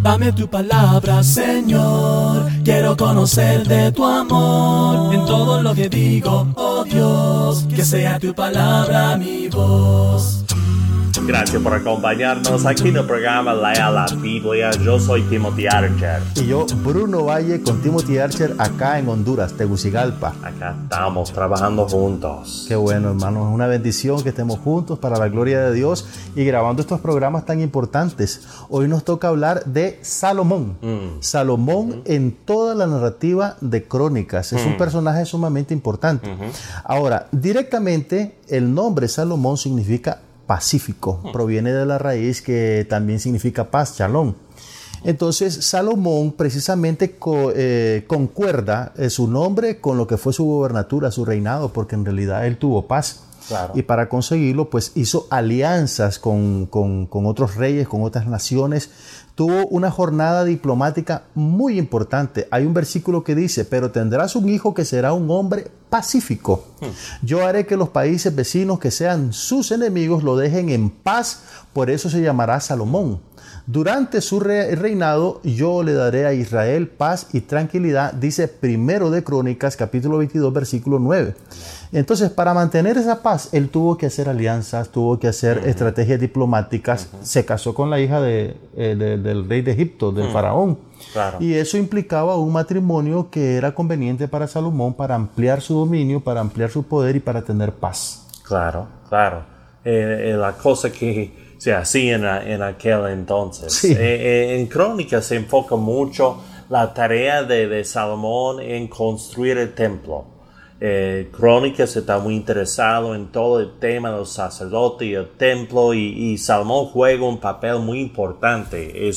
Dame tu palabra, Señor. Quiero conocer de tu amor en todo lo que digo, oh Dios. Que sea tu palabra mi voz. Gracias por acompañarnos aquí en el programa Lea la Biblia. Yo soy Timothy Archer. Y yo, Bruno Valle, con Timothy Archer, acá en Honduras, Tegucigalpa. Acá estamos trabajando juntos. Qué bueno, hermanos. Es una bendición que estemos juntos para la gloria de Dios y grabando estos programas tan importantes. Hoy nos toca hablar de Salomón. Salomón en toda la narrativa de Crónicas. Es un personaje sumamente importante. Ahora, directamente, el nombre Salomón significa pacífico, proviene de la raíz que también significa paz, shalom. Entonces Salomón precisamente concuerda su nombre con lo que fue su gobernatura, su reinado, porque en realidad él tuvo paz. Claro. Y para conseguirlo pues hizo alianzas con otros reyes, con otras naciones. Tuvo una jornada diplomática muy importante. Hay un versículo que dice: pero tendrás un hijo que será un hombre pacífico. Yo haré que los países vecinos que sean sus enemigos lo dejen en paz. Por eso se llamará Salomón. Durante su reinado yo le daré a Israel paz y tranquilidad, dice Primero de Crónicas, capítulo 22, versículo 9. Entonces, para mantener esa paz, él tuvo que hacer alianzas, tuvo que hacer estrategias diplomáticas. Se casó con la hija del rey de Egipto, del faraón. Claro. Y eso implicaba un matrimonio que era conveniente para Salomón para ampliar su dominio, para ampliar su poder y para tener paz. Claro, claro. La cosa que se hacía en aquel entonces. Sí. En Crónicas se enfoca mucho la tarea de Salomón en construir el templo. Crónicas está muy interesado en todo el tema de los sacerdotes y el templo, y Salomón juega un papel muy importante.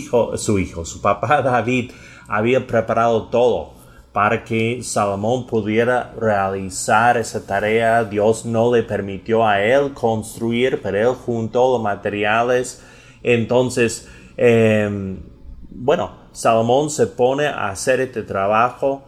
Su papá David había preparado todo para que Salomón pudiera realizar esa tarea. Dios no le permitió a él construir, pero él juntó los materiales. Entonces, Salomón se pone a hacer este trabajo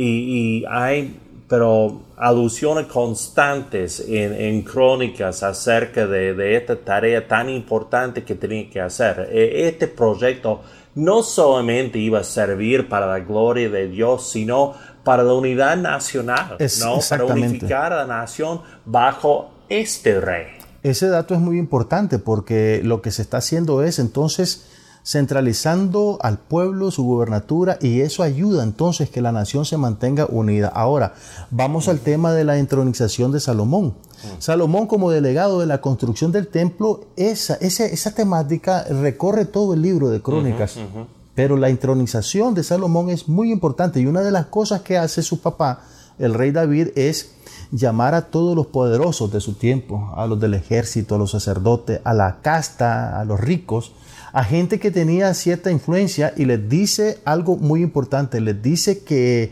y hay alusiones constantes en Crónicas acerca de esta tarea tan importante que tenía que hacer. Este proyecto no solamente iba a servir para la gloria de Dios, sino para la unidad nacional, ¿no? Para unificar a la nación bajo este rey. Ese dato es muy importante porque lo que se está haciendo es entonces centralizando al pueblo, su gubernatura, y eso ayuda entonces que la nación se mantenga unida. Ahora, vamos al tema de la entronización de Salomón. Salomón, como delegado de la construcción del templo, esa temática recorre todo el libro de Crónicas. Pero la entronización de Salomón es muy importante, y una de las cosas que hace su papá, el rey David, es llamar a todos los poderosos de su tiempo, a los del ejército, a los sacerdotes, a la casta, a los ricos, a gente que tenía cierta influencia, y les dice algo muy importante. Les dice que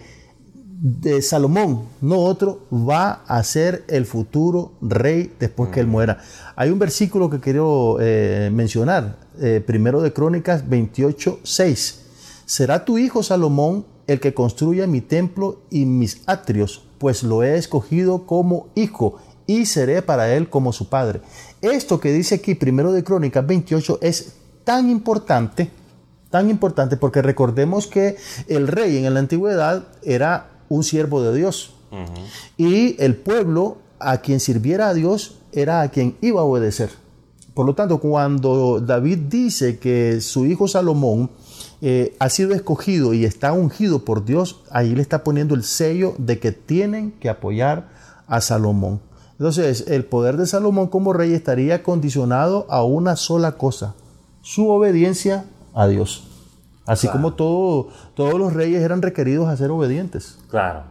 de Salomón, no otro, va a ser el futuro rey después que él muera. Hay un versículo que quiero mencionar, Primero de Crónicas 28:6. Será tu hijo Salomón el que construya mi templo y mis atrios, pues lo he escogido como hijo y seré para él como su padre. Esto que dice aquí Primero de Crónicas 28 es tan importante porque recordemos que el rey en la antigüedad era un siervo de Dios. Y el pueblo a quien sirviera a Dios era a quien iba a obedecer. Por lo tanto, cuando David dice que su hijo Salomón ha sido escogido y está ungido por Dios, ahí le está poniendo el sello de que tienen que apoyar a Salomón. Entonces, el poder de Salomón como rey estaría condicionado a una sola cosa: su obediencia a Dios. Así como todos los reyes eran requeridos a ser obedientes. Claro.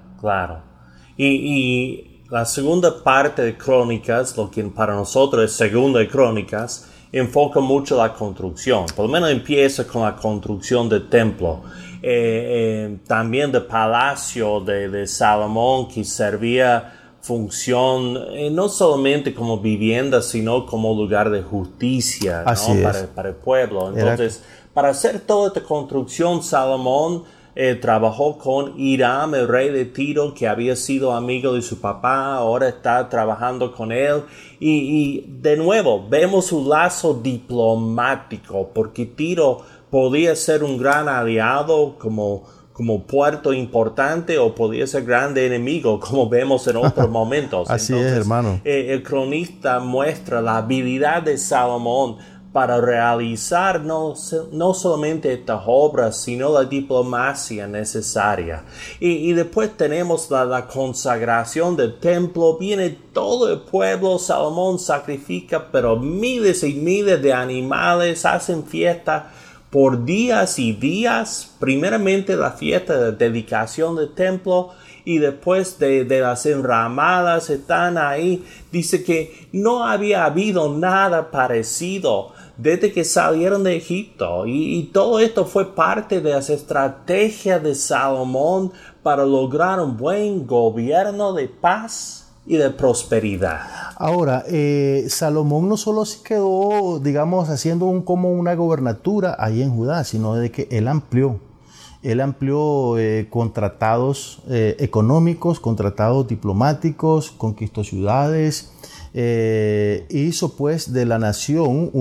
Y la segunda parte de Crónicas, lo que para nosotros es Segunda de Crónicas, enfoca mucho la construcción. Por lo menos empieza con la construcción del templo. También del palacio de Salomón, que servía función no solamente como vivienda, sino como lugar de justicia, ¿no? Para el pueblo. Entonces, para hacer toda esta construcción, Salomón trabajó con Hiram, el rey de Tiro, que había sido amigo de su papá. Ahora está trabajando con él. Y de nuevo, vemos un lazo diplomático, porque Tiro podía ser un gran aliado como puerto importante, o podía ser grande enemigo, como vemos en otros momentos. Así entonces, es, hermano. El cronista muestra la habilidad de Salomón para realizar no solamente estas obras, sino la diplomacia necesaria. Y después tenemos la consagración del templo. Viene todo el pueblo. Salomón sacrifica pero miles y miles de animales, hacen fiesta por días y días. Primeramente la fiesta de dedicación del templo, y después de las enramadas están ahí. Dice que no había habido nada parecido desde que salieron de Egipto. Y todo esto fue parte de las estrategias de Salomón para lograr un buen gobierno de paz y de prosperidad. Ahora, Salomón no solo se quedó, digamos, haciendo como una gobernatura ahí en Judá, sino de que él amplió con tratados económicos, con tratados diplomáticos, conquistó ciudades, hizo pues de la nación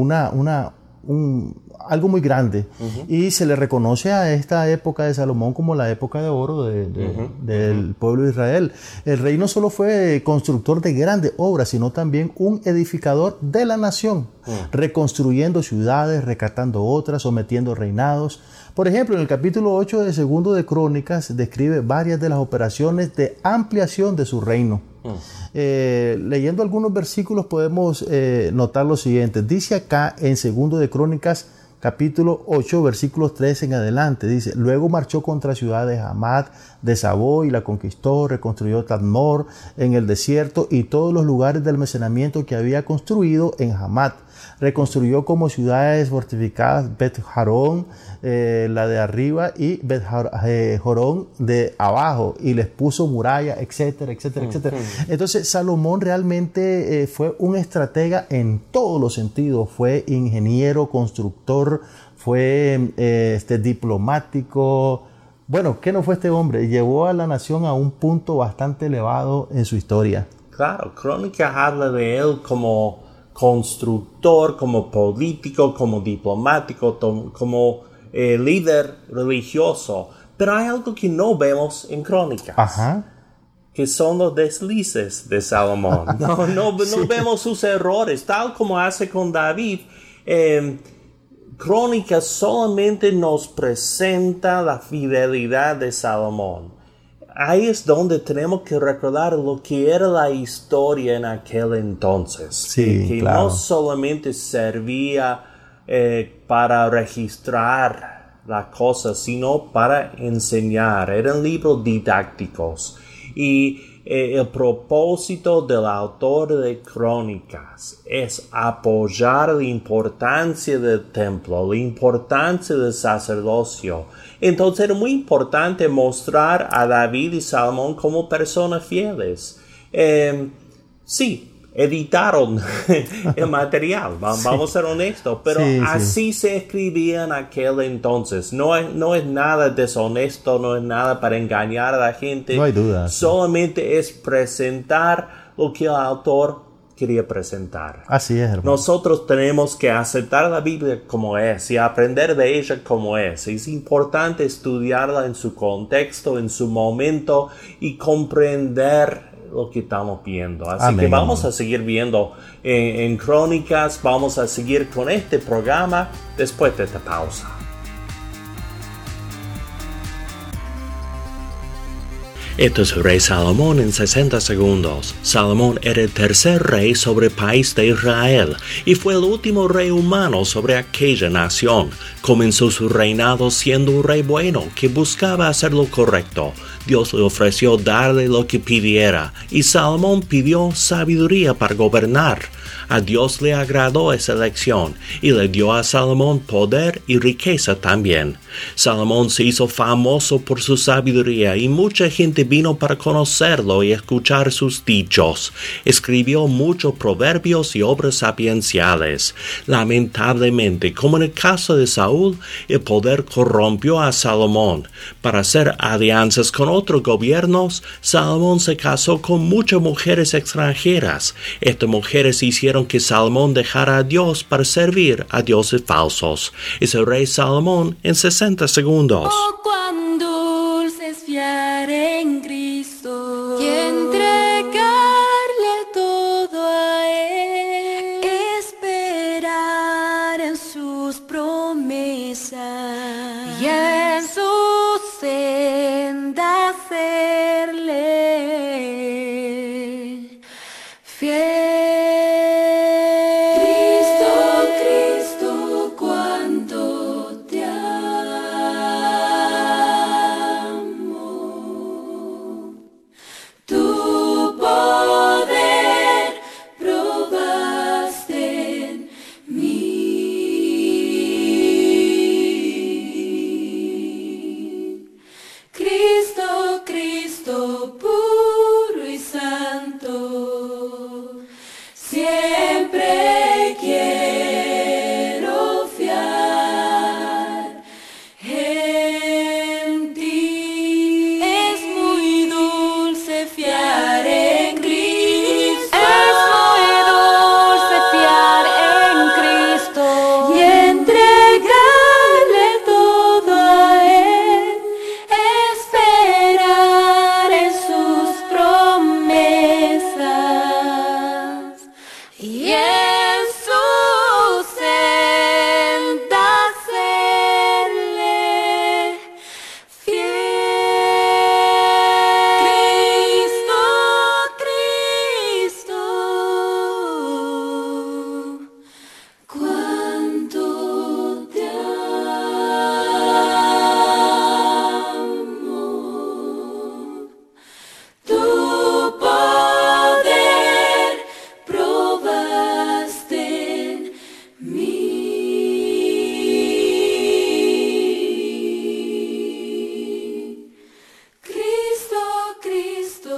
algo muy grande. Y se le reconoce a esta época de Salomón como la época de oro del pueblo de Israel. El rey no solo fue constructor de grandes obras, sino también un edificador de la nación, reconstruyendo ciudades, rescatando otras, sometiendo reinados. Por ejemplo, en el capítulo 8 de Segundo de Crónicas describe varias de las operaciones de ampliación de su reino. Leyendo algunos versículos podemos notar lo siguiente. Dice acá en Segundo de Crónicas capítulo 8 versículos 3 en adelante, dice: luego marchó contra ciudad de Hamat de Sabó y la conquistó, reconstruyó Tadmor en el desierto y todos los lugares de almacenamiento que había construido en Hamat. Reconstruyó como ciudades fortificadas Bet-Jarón, la de arriba, y Bet-Jorón de abajo, y les puso muralla, etcétera, etcétera, etcétera. Entonces Salomón realmente fue un estratega en todos los sentidos. Fue ingeniero, constructor, fue diplomático. Bueno, ¿qué no fue este hombre? Llevó a la nación a un punto bastante elevado en su historia. Claro, Crónicas habla de él como constructor, como político, como diplomático, como líder religioso. Pero hay algo que no vemos en Crónicas. Que son los deslices de Salomón. No vemos sus errores, tal como hace con David. Crónicas solamente nos presenta la fidelidad de Salomón. Ahí es donde tenemos que recordar lo que era la historia en aquel entonces. Sí, que claro. No solamente servía para registrar las cosas, sino para enseñar. Eran libros didácticos. Y el propósito del autor de Crónicas es apoyar la importancia del templo, la importancia del sacerdocio. Entonces era muy importante mostrar a David y Salomón como personas fieles. Sí, editaron el material, vamos a ser honestos, pero así se escribía en aquel entonces. No es nada deshonesto, no es nada para engañar a la gente. No hay duda. Solamente es presentar lo que el autor quería presentar. Así es, hermano. Nosotros tenemos que aceptar la Biblia como es y aprender de ella como es. Es importante estudiarla en su contexto, en su momento, y comprender lo que estamos viendo. Así que vamos a seguir viendo en Crónicas. Vamos a seguir con este programa después de esta pausa. Esto es el rey Salomón en 60 segundos. Salomón era el tercer rey sobre el país de Israel y fue el último rey humano sobre aquella nación. Comenzó su reinado siendo un rey bueno que buscaba hacer lo correcto. Dios le ofreció darle lo que pidiera y Salomón pidió sabiduría para gobernar. A Dios le agradó esa elección y le dio a Salomón poder y riqueza también. Salomón se hizo famoso por su sabiduría y mucha gente vino para conocerlo y escuchar sus dichos. Escribió muchos proverbios y obras sapienciales. Lamentablemente, como en el caso de Saúl, el poder corrompió a Salomón para hacer alianzas con otros gobiernos, Salomón se casó con muchas mujeres extranjeras. Estas mujeres hicieron que Salomón dejara a Dios para servir a dioses falsos. Es el rey Salomón en 60 segundos. Oh, cuán dulce es fiar en Cristo y entregarle todo a Él, esperar en sus promesas y en su senda serle fiel. Cristo, cuánto te amo. Tu poder probaste en mí. Cristo, Cristo, puro y santo, siempre quiero fiar en ti. Es muy dulce fiar en Cristo. Es muy dulce fiar en Cristo y entregarle todo a Él, esperar en sus promesas y en su senda serle fiel. Cristo, cuánto te amo. Tu poder probaste en mí. Cristo, Cristo,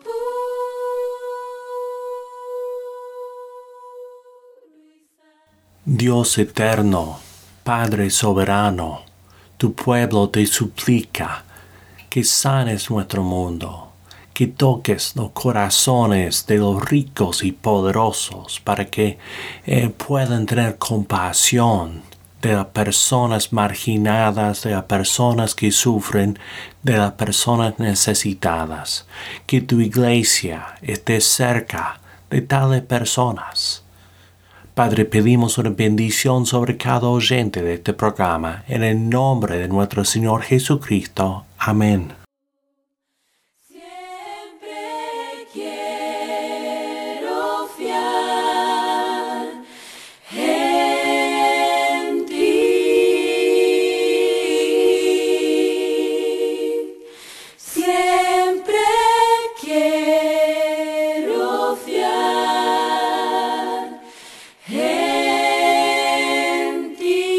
Dios eterno, Padre soberano, tu pueblo te suplica que sanes nuestro mundo, que toques los corazones de los ricos y poderosos para que puedan tener compasión de las personas marginadas, de las personas que sufren, de las personas necesitadas. Que tu iglesia esté cerca de tales personas. Padre, pedimos una bendición sobre cada oyente de este programa, en el nombre de nuestro Señor Jesucristo. Amén. siempre quiero fiar en ti. Siempre quiero fiar en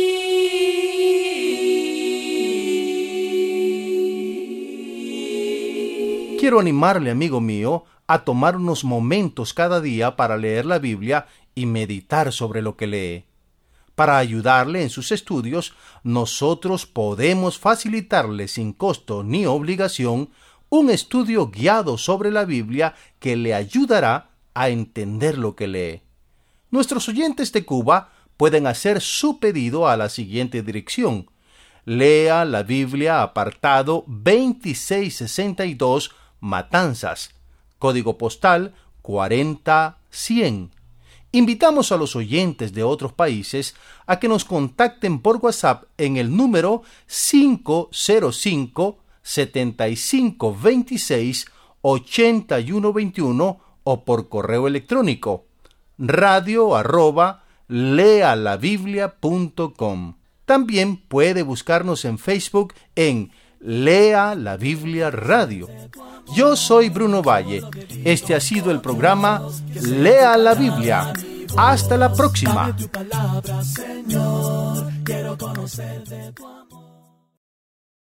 ti. Quiero animarle, amigo mío, a tomar unos momentos cada día para leer la Biblia y meditar sobre lo que lee. Para ayudarle en sus estudios, nosotros podemos facilitarle sin costo ni obligación un estudio guiado sobre la Biblia que le ayudará a entender lo que lee. Nuestros oyentes de Cuba pueden hacer su pedido a la siguiente dirección: Lea la Biblia, apartado 2662, Matanzas, código postal 40100. Invitamos a los oyentes de otros países a que nos contacten por WhatsApp en el número 505-7526-8121 o por correo electrónico radio@lealabiblia.com. También puede buscarnos en Facebook en Lea la Biblia Radio. Yo soy Bruno Valle. Este ha sido el programa Lea la Biblia. Hasta la próxima. Tu palabra, Señor, quiero conocer de tu amor.